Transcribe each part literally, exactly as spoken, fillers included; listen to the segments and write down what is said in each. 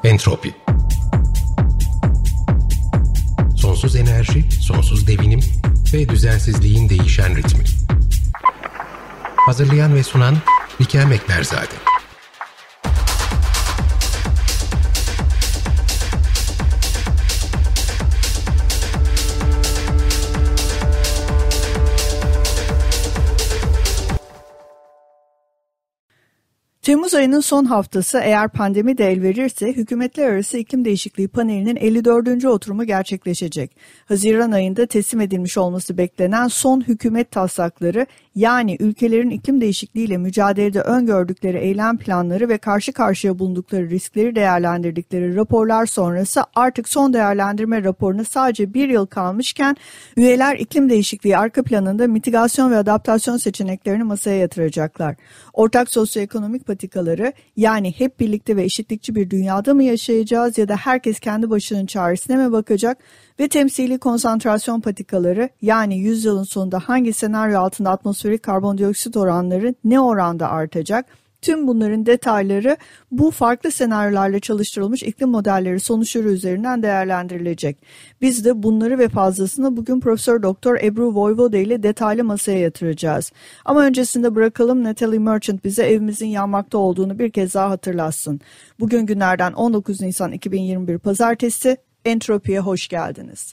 Entropi. Sonsuz enerji, sonsuz devinim ve düzensizliğin değişen ritmi. Hazırlayan ve sunan Bikem Ekberzade. Temmuz ayının son haftası eğer pandemi de el verirse Hükümetler Arası İklim Değişikliği Paneli'nin elli dördüncü oturumu gerçekleşecek. Haziran ayında teslim edilmiş olması beklenen son hükümet taslakları, yani ülkelerin iklim değişikliğiyle mücadelede öngördükleri eylem planları ve karşı karşıya bulundukları riskleri değerlendirdikleri raporlar sonrası artık son değerlendirme raporuna sadece bir yıl kalmışken üyeler iklim değişikliği arka planında mitigasyon ve adaptasyon seçeneklerini masaya yatıracaklar. Ortak sosyoekonomik patikaları, yani hep birlikte ve eşitlikçi bir dünyada mı yaşayacağız ya da herkes kendi başının çaresine mi bakacak, ve temsili konsantrasyon patikaları, yani yüzyılın sonunda hangi senaryo altında atmosferik karbondioksit oranları ne oranda artacak, tüm bunların detayları bu farklı senaryolarla çalıştırılmış iklim modelleri sonuçları üzerinden değerlendirilecek. Biz de bunları ve fazlasını bugün Profesör Doktor Ebru Voyvoda ile detaylı masaya yatıracağız. Ama öncesinde bırakalım Natalie Merchant bize evimizin yanmakta olduğunu bir kez daha hatırlatsın. Bugün günlerden on dokuz Nisan iki bin yirmi bir Pazartesi. Entropi'ye hoş geldiniz.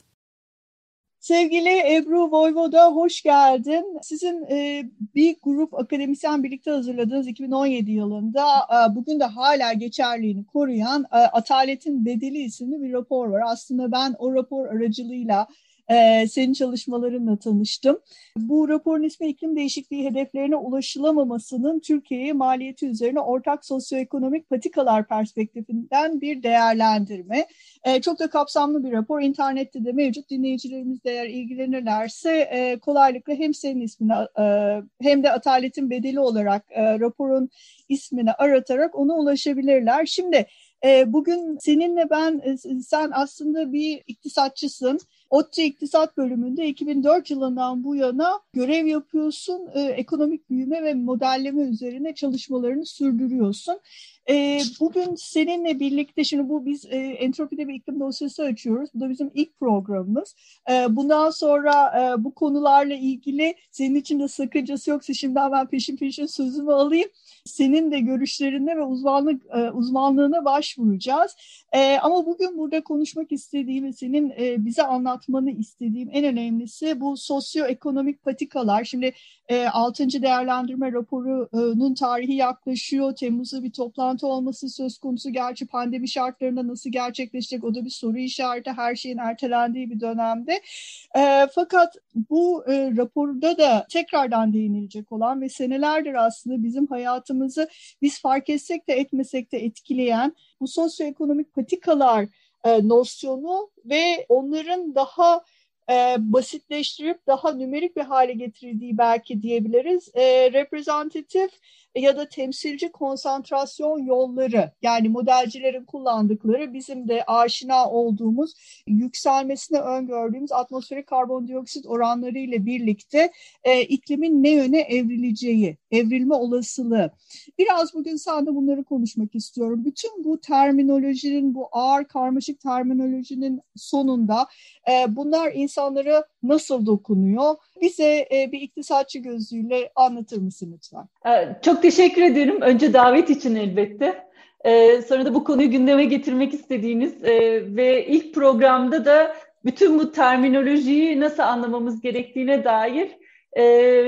Sevgili Ebru Voyvoda, hoş geldin. Sizin e, bir grup akademisyen birlikte hazırladığınız iki bin on yedi yılında e, bugün de hala geçerliğini koruyan e, Ataletin Bedeli isimli bir rapor var. Aslında ben o rapor aracılığıyla e, senin çalışmalarınla tanıştım. Bu raporun ismi iklim değişikliği hedeflerine ulaşılamamasının Türkiye'ye maliyeti üzerine ortak sosyoekonomik patikalar perspektifinden bir değerlendirme. E, çok da kapsamlı bir rapor. İnternette de mevcut. Dinleyicilerimiz de eğer ilgilenirlerse e, kolaylıkla hem senin ismini e, hem de Ataletin Bedeli olarak e, raporun ismini aratarak ona ulaşabilirler. Şimdi e, bugün seninle ben, e, sen aslında bir iktisatçısın. ODTÜ İktisat Bölümünde iki bin dört yılından bu yana görev yapıyorsun. E, ekonomik büyüme ve modelleme üzerine çalışmalarını sürdürüyorsun. E, bugün seninle birlikte, şimdi bu biz e, Entropi'de bir iklim dosyası açıyoruz. Bu da bizim ilk programımız. E, bundan sonra e, bu konularla ilgili senin için de sakıncası yoksa şimdi hemen peşin peşin sözümü alayım. Senin de görüşlerine ve uzmanlık e, uzmanlığına başvuracağız. E, ama bugün burada konuşmak istediğim ve senin e, bize anlatmanı istediğim en önemlisi bu sosyoekonomik patikalar. Şimdi e, altıncı değerlendirme raporunun tarihi yaklaşıyor. Temmuz'da bir toplantı olması söz konusu. Gerçi pandemi şartlarında nasıl gerçekleşecek o da bir soru işareti, her şeyin ertelendiği bir dönemde. E, fakat bu e, raporda da tekrardan değinilecek olan ve senelerdir aslında bizim hayatımızı biz fark etsek de etmesek de etkileyen bu sosyoekonomik patikalar e, nosyonu ve onların daha e, basitleştirip daha nümerik bir hale getirildiği belki diyebiliriz. E, reprezentatif ya da temsilci konsantrasyon yolları, yani modelcilerin kullandıkları, bizim de aşina olduğumuz, yükselmesine öngördüğümüz atmosferik karbondioksit oranları ile birlikte e, iklimin ne yöne evrileceği, evrilme olasılığı. Biraz bugün sen de bunları konuşmak istiyorum. Bütün bu terminolojinin, bu ağır karmaşık terminolojinin sonunda e, bunlar insanlara nasıl dokunuyor? Bize e, bir iktisatçı gözüyle anlatır mısın lütfen? Çok teşekkür ederim. Önce davet için elbette. Ee, sonra da bu konuyu gündeme getirmek istediğiniz e, ve ilk programda da bütün bu terminolojiyi nasıl anlamamız gerektiğine dair e,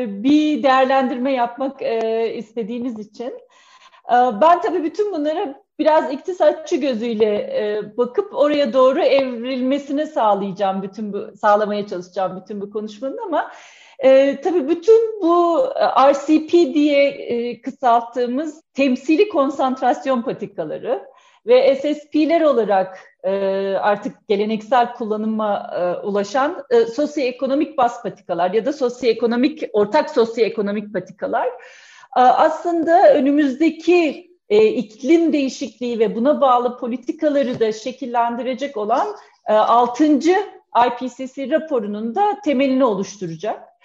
bir değerlendirme yapmak e, istediğiniz için. E, ben tabii bütün bunlara biraz iktisatçı gözüyle e, bakıp oraya doğru evrilmesini sağlayacağım, bütün bu sağlamaya çalışacağım bütün bu konuşmanın, ama e, tabii bütün bu R C P diye e, kısalttığımız temsili konsantrasyon patikaları ve S S P'ler olarak e, artık geleneksel kullanıma e, ulaşan e, sosyoekonomik baz patikalar ya da sosyoekonomik ortak sosyoekonomik patikalar e, aslında önümüzdeki E, iklim değişikliği ve buna bağlı politikaları da şekillendirecek olan e, altıncı I P C C raporunun da temelini oluşturacak.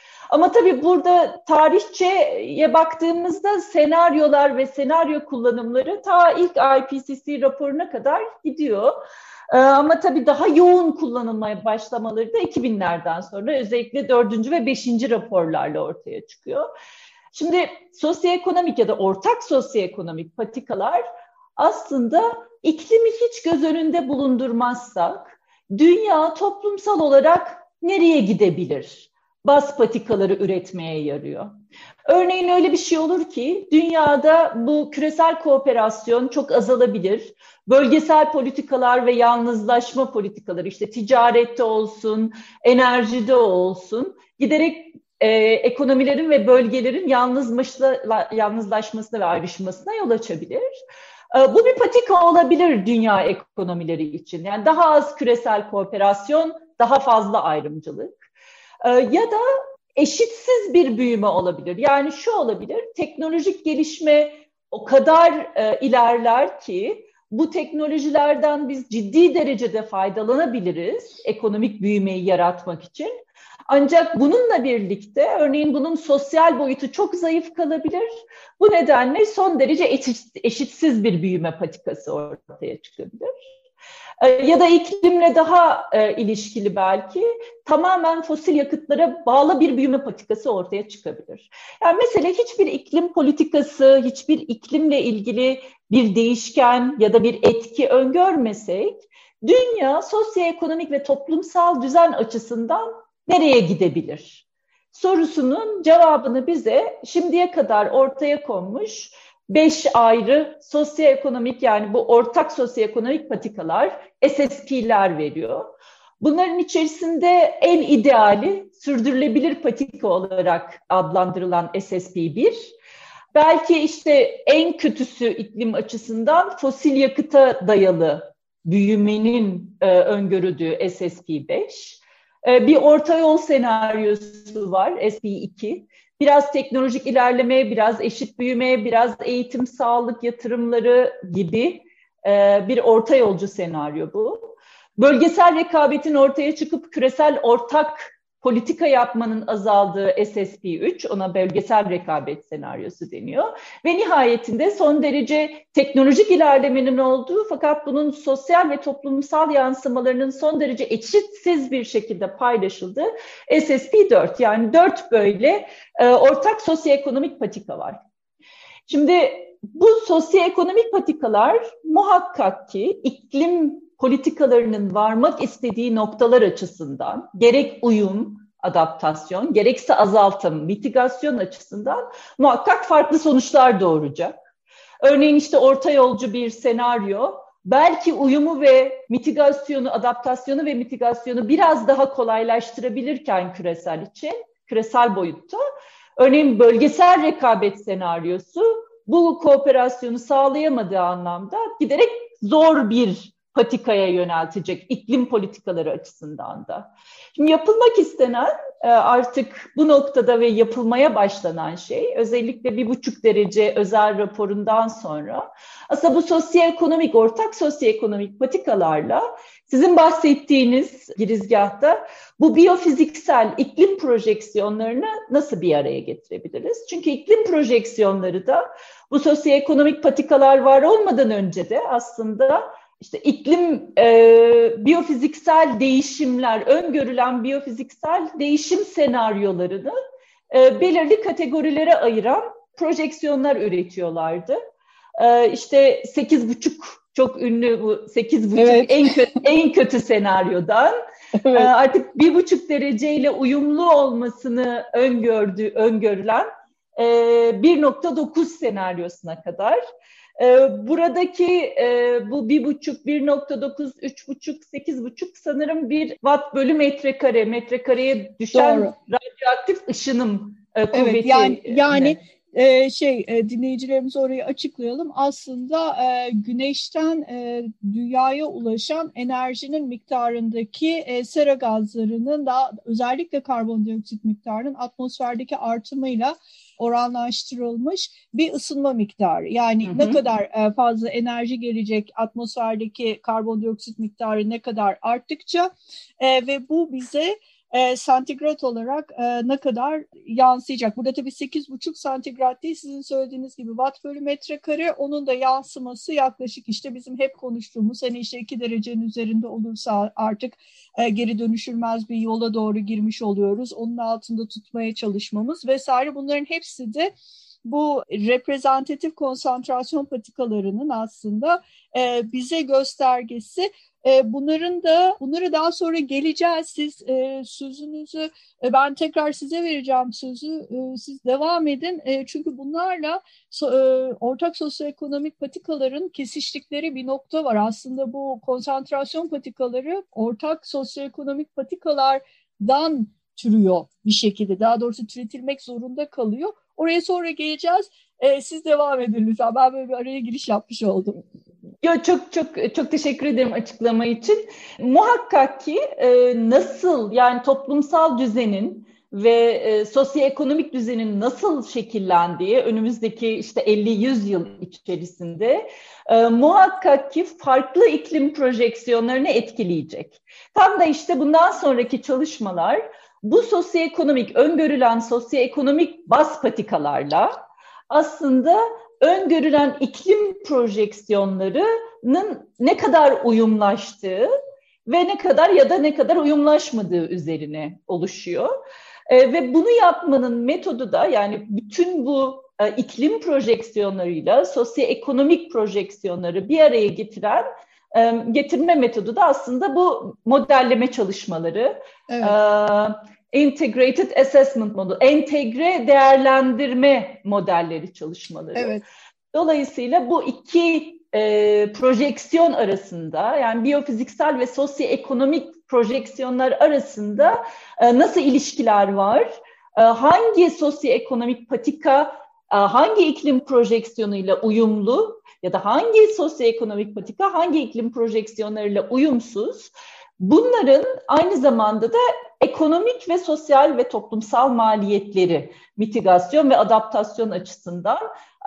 Ama tabii burada tarihçeye baktığımızda senaryolar ve senaryo kullanımları ta ilk I P C C raporuna kadar gidiyor. Ama tabii daha yoğun kullanılmaya başlamaları da iki binlerden sonra özellikle dördüncü ve beşinci raporlarla ortaya çıkıyor. Şimdi sosyoekonomik ya da ortak sosyoekonomik patikalar aslında iklimi hiç göz önünde bulundurmazsak dünya toplumsal olarak nereye gidebilir? Baz patikaları üretmeye yarıyor. Örneğin öyle bir şey olur ki dünyada bu küresel kooperasyon çok azalabilir. Bölgesel politikalar ve yalnızlaşma politikaları işte ticarette olsun, enerjide olsun giderek e, ekonomilerin ve bölgelerin yalnızlaşmasına, yalnızlaşmasına ve ayrışmasına yol açabilir. E, bu bir patika olabilir dünya ekonomileri için. Yani daha az küresel kooperasyon, daha fazla ayrımcılık. Ya da eşitsiz bir büyüme olabilir. Yani şu olabilir, teknolojik gelişme o kadar e, ilerler ki bu teknolojilerden biz ciddi derecede faydalanabiliriz ekonomik büyümeyi yaratmak için. Ancak bununla birlikte örneğin bunun sosyal boyutu çok zayıf kalabilir. Bu nedenle son derece eşit, eşitsiz bir büyüme patikası ortaya çıkabilir. Ya da iklimle daha e, ilişkili belki tamamen fosil yakıtlara bağlı bir büyüme patikası ortaya çıkabilir. Yani mesela hiçbir iklim politikası, hiçbir iklimle ilgili bir değişken ya da bir etki öngörmesek, dünya sosyoekonomik ve toplumsal düzen açısından nereye gidebilir? Sorusunun cevabını bize şimdiye kadar ortaya konmuş beş ayrı sosyoekonomik yani bu ortak sosyoekonomik patikalar, S S P'ler veriyor. Bunların içerisinde en ideali sürdürülebilir patika olarak adlandırılan S S P bir. Belki işte en kötüsü iklim açısından fosil yakıta dayalı büyümenin e, öngörüldüğü S S P beş. E, bir orta yol senaryosu var S S P iki. Biraz teknolojik ilerlemeye, biraz eşit büyümeye, biraz eğitim, sağlık yatırımları gibi e, bir orta yolcu senaryo bu. Bölgesel rekabetin ortaya çıkıp küresel ortak politika yapmanın azaldığı S S P üç, ona bölgesel rekabet senaryosu deniyor. Ve nihayetinde son derece teknolojik ilerlemenin olduğu fakat bunun sosyal ve toplumsal yansımalarının son derece eşitsiz bir şekilde paylaşıldığı S S P dört. Yani dört böyle e, ortak sosyoekonomik patika var. Şimdi bu sosyoekonomik patikalar muhakkak ki iklim politikalarının varmak istediği noktalar açısından gerek uyum, adaptasyon, gerekse azaltım, mitigasyon açısından muhakkak farklı sonuçlar doğuracak. Örneğin işte orta yolcu bir senaryo, belki uyumu ve mitigasyonu, adaptasyonu ve mitigasyonu biraz daha kolaylaştırabilirken küresel için, küresel boyutta, örneğin bölgesel rekabet senaryosu bu kooperasyonu sağlayamadığı anlamda giderek zor bir patikaya yöneltecek iklim politikaları açısından da. Şimdi yapılmak istenen artık bu noktada ve yapılmaya başlanan şey özellikle bir buçuk derece özel raporundan sonra aslında bu sosyoekonomik, ortak sosyoekonomik patikalarla sizin bahsettiğiniz girizgahta bu biyofiziksel iklim projeksiyonlarını nasıl bir araya getirebiliriz? Çünkü iklim projeksiyonları da bu sosyoekonomik patikalar var olmadan önce de aslında İşte iklim, e, biyofiziksel değişimler, öngörülen biyofiziksel değişim senaryolarını e, belirli kategorilere ayıran projeksiyonlar üretiyorlardı. E, işte sekiz buçuk çok ünlü bu sekiz buçuk evet. en kötü en kötü senaryodan evet. e, artık bir buçuk dereceyle uyumlu olmasını öngördü, öngörülen e, bir nokta dokuz senaryosuna kadar. Buradaki e, bu bir buçuk, bir nokta dokuz, üç buçuk, sekiz buçuk sanırım bir watt bölü metrekare, metrekareye düşen Doğru. radyoaktif ışınım e, kuvveti. Evet, yani, yani e, şey e, dinleyicilerimize orayı açıklayalım. Aslında e, güneşten e, dünyaya ulaşan enerjinin miktarındaki e, sera gazlarının da özellikle karbondioksit miktarının atmosferdeki artımıyla oranlaştırılmış bir ısınma miktarı. Yani hı hı. ne kadar fazla enerji gelecek atmosferdeki karbondioksit miktarı ne kadar arttıkça e, ve bu bize e, santigrat olarak e, ne kadar yansıyacak? Burada tabii sekiz buçuk santigrat değil, sizin söylediğiniz gibi watt bölü metrekare, onun da yansıması yaklaşık işte bizim hep konuştuğumuz hani işte iki derecenin üzerinde olursa artık e, geri dönüşülmez bir yola doğru girmiş oluyoruz. Onun altında tutmaya çalışmamız vesaire, bunların hepsi de bu reprezentatif konsantrasyon patikalarının aslında e, bize göstergesi. E, bunların da bunları daha sonra geleceğiz. Siz e, sözünüzü e, ben tekrar size vereceğim sözü. E, siz devam edin. E, çünkü bunlarla so, e, ortak sosyoekonomik patikaların kesiştikleri bir nokta var. Aslında bu konsantrasyon patikaları ortak sosyoekonomik patikalardan türüyor bir şekilde. Daha doğrusu türetilmek zorunda kalıyor. Oraya sonra geleceğiz. Ee, siz devam edin lütfen. Ben böyle bir araya giriş yapmış oldum. Yo, çok çok çok teşekkür ederim açıklama için. Muhakkak ki e, nasıl yani toplumsal düzenin ve e, sosyoekonomik düzenin nasıl şekillendiği önümüzdeki işte elli yüz yıl içerisinde e, muhakkak ki farklı iklim projeksiyonlarını etkileyecek. Tam da işte bundan sonraki çalışmalar bu sosyoekonomik, öngörülen sosyoekonomik baz patikalarla aslında öngörülen iklim projeksiyonlarının ne kadar uyumlaştığı ve ne kadar ya da ne kadar uyumlaşmadığı üzerine oluşuyor. E, ve bunu yapmanın metodu da yani bütün bu e, iklim projeksiyonlarıyla sosyoekonomik projeksiyonları bir araya getiren e, getirme metodu da aslında bu modelleme çalışmaları. Evet. E, Integrated Assessment Model, entegre değerlendirme modelleri çalışmaları. Evet. Dolayısıyla bu iki e, projeksiyon arasında yani biyofiziksel ve sosyoekonomik projeksiyonlar arasında e, nasıl ilişkiler var? E, hangi sosyoekonomik patika e, hangi iklim projeksiyonuyla uyumlu ya da hangi sosyoekonomik patika hangi iklim projeksiyonlarıyla uyumsuz? Bunların aynı zamanda da ekonomik ve sosyal ve toplumsal maliyetleri, mitigasyon ve adaptasyon açısından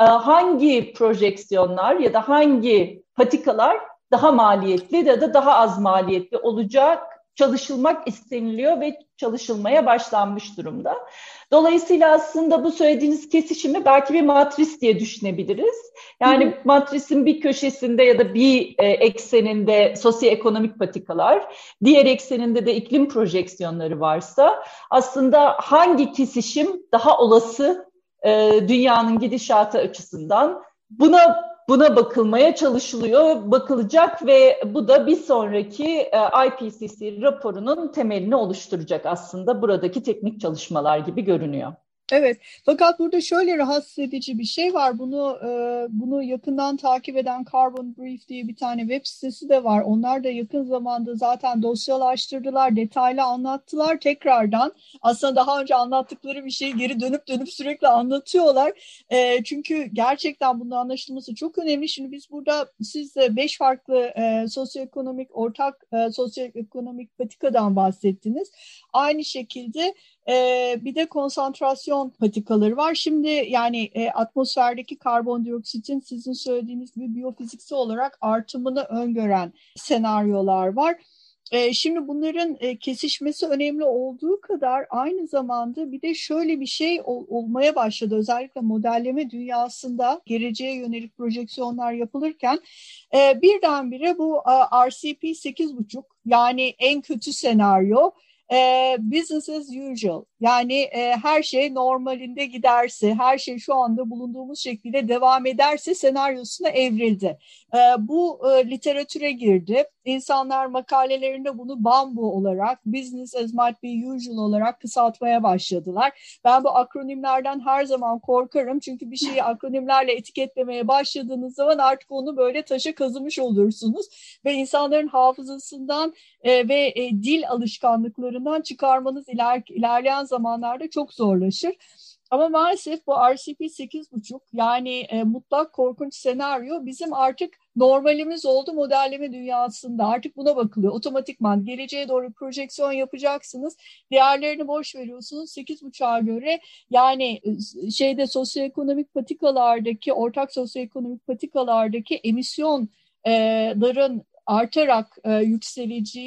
hangi projeksiyonlar ya da hangi patikalar daha maliyetli ya da daha az maliyetli olacak çalışılmak isteniliyor ve çalışılmaya başlanmış durumda. Dolayısıyla aslında bu söylediğiniz kesişimi belki bir matris diye düşünebiliriz. Yani hı hı. Matrisin bir köşesinde ya da bir e, ekseninde sosyoekonomik patikalar, diğer ekseninde de iklim projeksiyonları varsa aslında hangi kesişim daha olası e, dünyanın gidişatı açısından buna Buna bakılmaya çalışılıyor, bakılacak ve bu da bir sonraki I P C C raporunun temelini oluşturacak aslında buradaki teknik çalışmalar gibi görünüyor. Evet, fakat burada şöyle rahatsız edici bir şey var. Bunu e, bunu yakından takip eden Carbon Brief diye bir tane web sitesi de var. Onlar da yakın zamanda zaten dosyalaştırdılar, detaylı anlattılar tekrardan. Aslında daha önce anlattıkları bir şeyi geri dönüp dönüp sürekli anlatıyorlar. E, çünkü gerçekten bunun anlaşılması çok önemli. Şimdi biz burada siz de beş farklı e, sosyoekonomik, ortak e, sosyoekonomik patikadan bahsettiniz. Aynı şekilde Ee, bir de konsantrasyon patikaları var. Şimdi yani e, atmosferdeki karbondioksitin sizin söylediğiniz gibi biyofiziksel olarak artımını öngören senaryolar var. E, şimdi bunların e, kesişmesi önemli olduğu kadar aynı zamanda bir de şöyle bir şey ol, olmaya başladı. Özellikle modelleme dünyasında geleceğe yönelik projeksiyonlar yapılırken e, birdenbire bu e, R C P sekiz buçuk yani en kötü senaryo, E, business as usual yani e, her şey normalinde giderse, her şey şu anda bulunduğumuz şekilde devam ederse senaryosuna evrildi. E, bu e, literatüre girdi. İnsanlar makalelerinde bunu bambu olarak, business as might be usual olarak kısaltmaya başladılar. Ben bu akronimlerden her zaman korkarım. Çünkü bir şeyi akronimlerle etiketlemeye başladığınız zaman artık onu böyle taşa kazımış olursunuz. Ve insanların hafızasından e, ve e, dil alışkanlıklarından çıkarmanız iler, ilerleyen zamanlarda çok zorlaşır. Ama maalesef bu R C P sekiz buçuk yani e, mutlak korkunç senaryo bizim artık normalimiz oldu modelleme dünyasında. Artık buna bakılıyor. Otomatikman geleceğe doğru projeksiyon yapacaksınız. Diğerlerini boş veriyorsunuz. sekiz buçuğa göre yani şeyde sosyoekonomik patikalardaki, ortak sosyoekonomik patikalardaki emisyonların artarak e, yükseleceği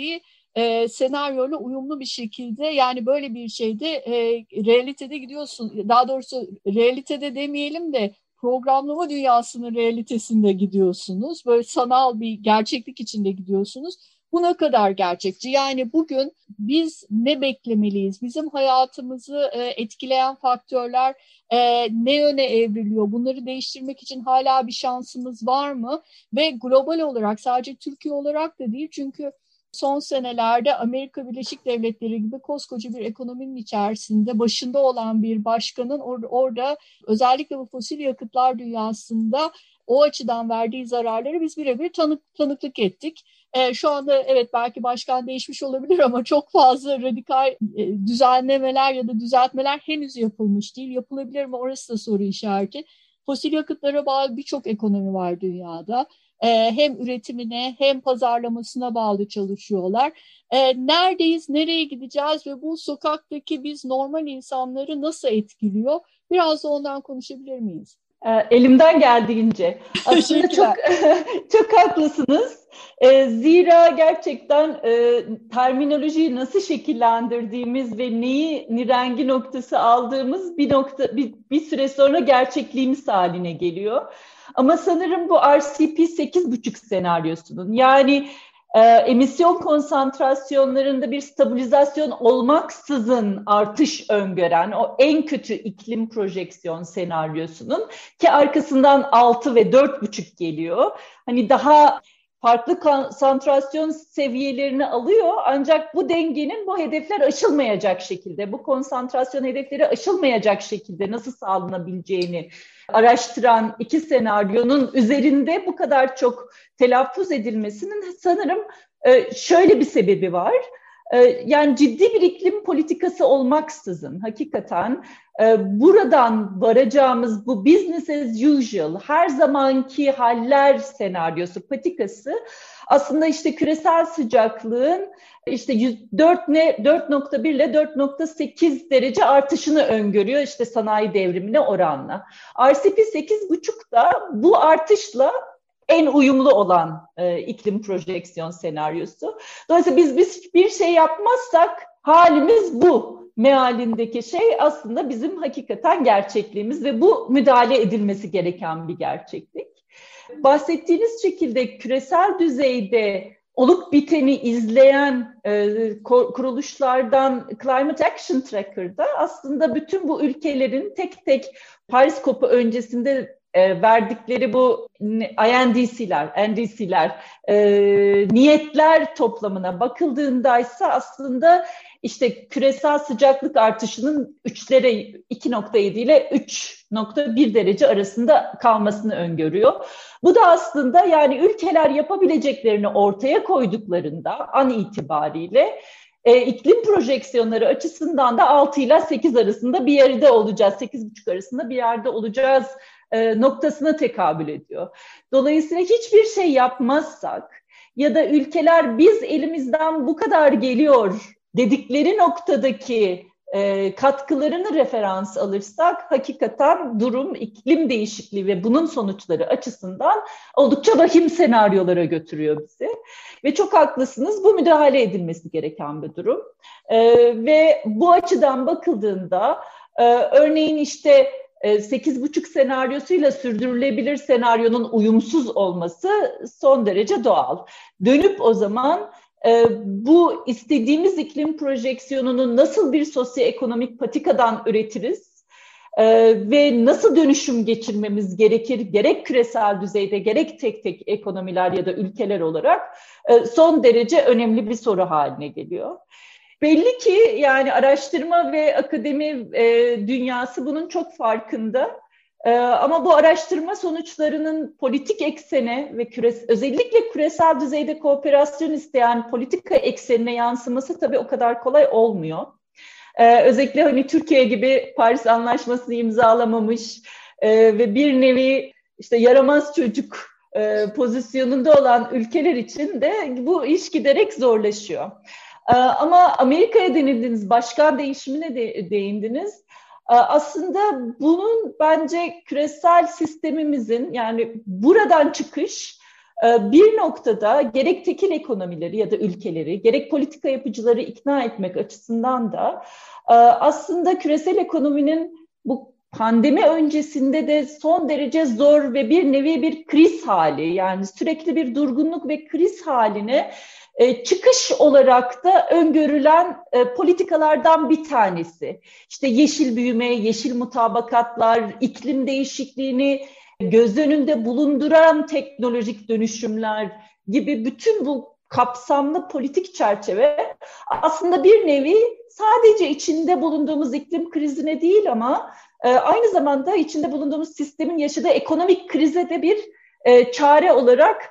e, senaryoyla uyumlu bir şekilde, yani böyle bir şeyde e, realitede gidiyorsun. Daha doğrusu realitede demeyelim de programlama dünyasının realitesinde gidiyorsunuz. Böyle sanal bir gerçeklik içinde gidiyorsunuz. Bu ne kadar gerçekçi? Yani bugün biz ne beklemeliyiz? Bizim hayatımızı e, etkileyen faktörler e, ne yöne evriliyor? Bunları değiştirmek için hala bir şansımız var mı? Ve global olarak, sadece Türkiye olarak da değil, çünkü son senelerde Amerika Birleşik Devletleri gibi koskoca bir ekonominin içerisinde başında olan bir başkanın or- orada özellikle bu fosil yakıtlar dünyasında o açıdan verdiği zararları biz birebir tanık, tanıklık ettik. E, şu anda evet belki başkan değişmiş olabilir ama çok fazla radikal e, düzenlemeler ya da düzeltmeler henüz yapılmış değil. Yapılabilir mi? Orası da soru işareti. Fosil yakıtlara bağlı birçok ekonomi var dünyada. E, hem üretimine hem pazarlamasına bağlı çalışıyorlar. E, neredeyiz, nereye gideceğiz ve bu sokaktaki biz normal insanları nasıl etkiliyor? Biraz da ondan konuşabilir miyiz? Elimden geldiğince. Aslında çok çok haklısınız. E, zira gerçekten e, terminolojiyi nasıl şekillendirdiğimiz ve neyi nirengi noktası aldığımız bir nokta bir, bir süre sonra gerçekliğimiz haline geliyor. Ama sanırım bu R C P sekiz buçuk senaryosunun, yani e, emisyon konsantrasyonlarında bir stabilizasyon olmaksızın artış öngören o en kötü iklim projeksiyon senaryosunun, ki arkasından altı ve dört buçuk geliyor. Hani daha farklı konsantrasyon seviyelerini alıyor, ancak bu dengenin bu hedefler aşılmayacak şekilde, bu konsantrasyon hedefleri aşılmayacak şekilde nasıl sağlanabileceğini araştıran iki senaryonun üzerinde bu kadar çok telaffuz edilmesinin sanırım şöyle bir sebebi var. Yani ciddi bir iklim politikası olmaksızın hakikaten buradan varacağımız bu business as usual, her zamanki haller senaryosu, patikası aslında işte küresel sıcaklığın işte dört nokta bir ile dört nokta sekiz derece artışını öngörüyor işte sanayi devrimine oranla. R C P sekiz buçuk da bu artışla en uyumlu olan e, iklim projeksiyon senaryosu. Dolayısıyla biz, biz bir şey yapmazsak halimiz bu mealindeki şey aslında bizim hakikaten gerçekliğimiz ve bu müdahale edilmesi gereken bir gerçeklik. Bahsettiğiniz şekilde küresel düzeyde olup biteni izleyen e, kuruluşlardan Climate Action Tracker'da aslında bütün bu ülkelerin tek tek Paris COP'u öncesinde e, verdikleri bu I N D C'ler, N D C'ler, e, niyetler toplamına bakıldığında ise aslında işte küresel sıcaklık artışının üçlere iki nokta yedi ile üç nokta bir derece arasında kalmasını öngörüyor. Bu da aslında yani ülkeler yapabileceklerini ortaya koyduklarında an itibariyle e, iklim projeksiyonları açısından da altı ile sekiz arasında bir yerde olacağız, sekiz buçuk arasında bir yerde olacağız e, noktasına tekabül ediyor. Dolayısıyla hiçbir şey yapmazsak ya da ülkeler biz elimizden bu kadar geliyor dedikleri noktadaki e, katkılarını referans alırsak hakikaten durum iklim değişikliği ve bunun sonuçları açısından oldukça vahim senaryolara götürüyor bizi. Ve çok haklısınız, bu müdahale edilmesi gereken bir durum. E, ve bu açıdan bakıldığında e, örneğin işte sekiz buçuk senaryosuyla sürdürülebilir senaryonun uyumsuz olması son derece doğal. Dönüp o zaman e, bu istediğimiz iklim projeksiyonunu nasıl bir sosyoekonomik patikadan üretiriz e, ve nasıl dönüşüm geçirmemiz gerekir, gerek küresel düzeyde gerek tek tek ekonomiler ya da ülkeler olarak e, son derece önemli bir soru haline geliyor. Belli ki yani araştırma ve akademi e, dünyası bunun çok farkında. E, ama bu araştırma sonuçlarının politik eksene ve küres, özellikle küresel düzeyde kooperasyon isteyen politika eksenine yansıması tabii o kadar kolay olmuyor. E, özellikle hani Türkiye gibi Paris Anlaşması'nı imzalamamış e, ve bir nevi işte yaramaz çocuk e, pozisyonunda olan ülkeler için de bu iş giderek zorlaşıyor. Ama Amerika'ya değindiniz, başkan değişimine de değindiniz. Aslında bunun bence küresel sistemimizin yani buradan çıkış Bir noktada gerek tekil ekonomileri ya da ülkeleri, gerek politika yapıcıları ikna etmek açısından da aslında küresel ekonominin bu pandemi öncesinde de son derece zor ve bir nevi bir kriz hali, yani sürekli bir durgunluk ve kriz haline çıkış olarak da öngörülen politikalardan bir tanesi. İşte yeşil büyüme, yeşil mutabakatlar, iklim değişikliğini göz önünde bulunduran teknolojik dönüşümler gibi bütün bu kapsamlı politik çerçeve aslında bir nevi sadece içinde bulunduğumuz iklim krizine değil ama aynı zamanda içinde bulunduğumuz sistemin yaşadığı ekonomik krize de bir çare olarak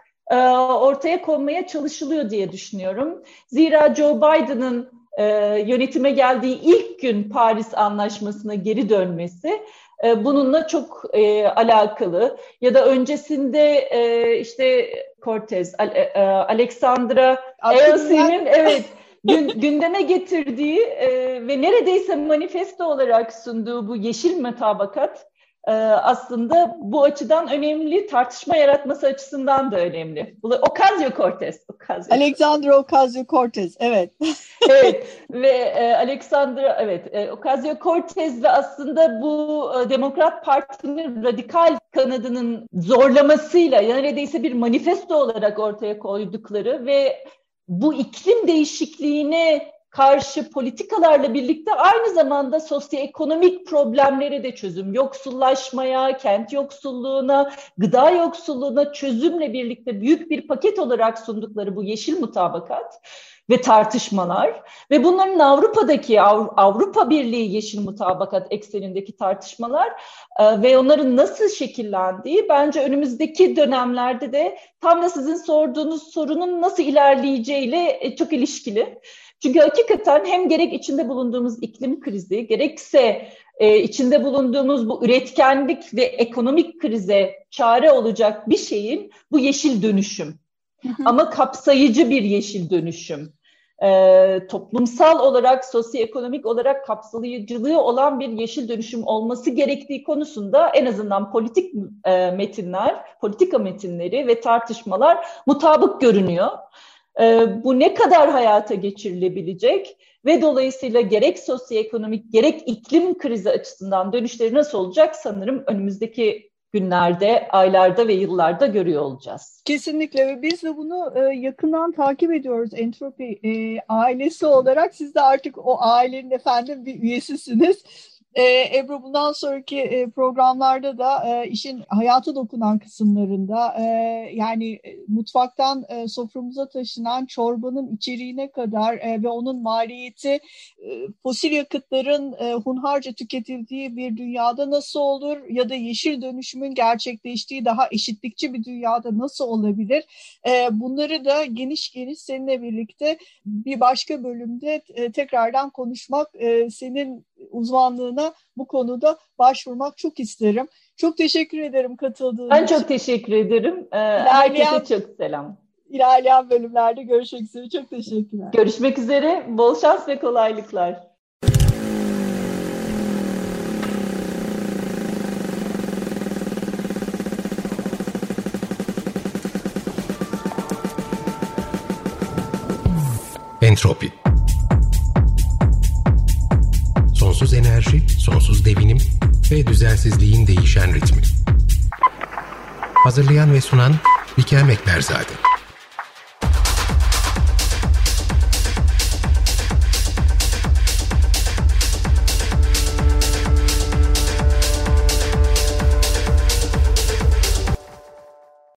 ortaya konmaya çalışılıyor diye düşünüyorum. Zira Joe Biden'ın yönetime geldiği ilk gün Paris Anlaşması'na geri dönmesi bununla çok e, alakalı, ya da öncesinde e, işte Cortez, e, Alexandra Haig-O'Neill'in evet gün, gündeme getirdiği e, ve neredeyse manifesto olarak sunduğu bu yeşil mutabakat e, aslında bu açıdan önemli, tartışma yaratması açısından da önemli. Ocasio-Cortez. Ocasio. Alexandra Ocasio-Cortez, evet. Evet ve e, Alexandra, evet, e, Ocasio-Cortez ve aslında bu e, Demokrat Parti'nin radikal kanadının zorlamasıyla neredeyse bir manifesto olarak ortaya koydukları ve bu iklim değişikliğine karşı politikalarla birlikte aynı zamanda sosyoekonomik problemlere de çözüm, yoksullaşmaya, kent yoksulluğuna, gıda yoksulluğuna çözümle birlikte büyük bir paket olarak sundukları bu yeşil mutabakat ve tartışmalar ve bunların Avrupa'daki Avrupa Birliği yeşil mutabakat eksenindeki tartışmalar ve onların nasıl şekillendiği bence önümüzdeki dönemlerde de tam da sizin sorduğunuz sorunun nasıl ilerleyeceğiyle çok ilişkili. Çünkü hakikaten hem gerek içinde bulunduğumuz iklim krizi, gerekse e, içinde bulunduğumuz bu üretkenlik ve ekonomik krize çare olacak bir şeyin bu yeşil dönüşüm. Hı hı. Ama kapsayıcı bir yeşil dönüşüm. E, toplumsal olarak, sosyoekonomik olarak kapsayıcılığı olan bir yeşil dönüşüm olması gerektiği konusunda en azından politik e, metinler, politika metinleri ve tartışmalar mutabık görünüyor. Ee, bu ne kadar hayata geçirilebilecek ve dolayısıyla gerek sosyoekonomik gerek iklim krizi açısından dönüşleri nasıl olacak sanırım önümüzdeki günlerde, aylarda ve yıllarda görüyor olacağız. Kesinlikle ve biz de bunu e, yakından takip ediyoruz Entropi e, ailesi olarak. Siz de artık o ailenin efendim bir üyesisiniz. Ee, Ebru, bundan sonraki e, programlarda da e, işin hayata dokunan kısımlarında e, yani e, mutfaktan e, soframıza taşınan çorbanın içeriğine kadar e, ve onun maliyeti e, fosil yakıtların e, hunharca tüketildiği bir dünyada nasıl olur ya da yeşil dönüşümün gerçekleştiği daha eşitlikçi bir dünyada nasıl olabilir? E, bunları da geniş geniş seninle birlikte bir başka bölümde e, tekrardan konuşmak, e, senin uzmanlığına bu konuda başvurmak çok isterim. Çok teşekkür ederim katıldığın ben için. Ben çok teşekkür ederim. Ee, herkese çok selam. İlerleyen bölümlerde görüşmek üzere. Çok teşekkürler. Görüşmek üzere. Bol şans ve kolaylıklar. Entropi. Sonsuz enerji, sonsuz devinim ve düzensizliğin değişen ritmi. Hazırlayan ve sunan Bikem Ekberzade.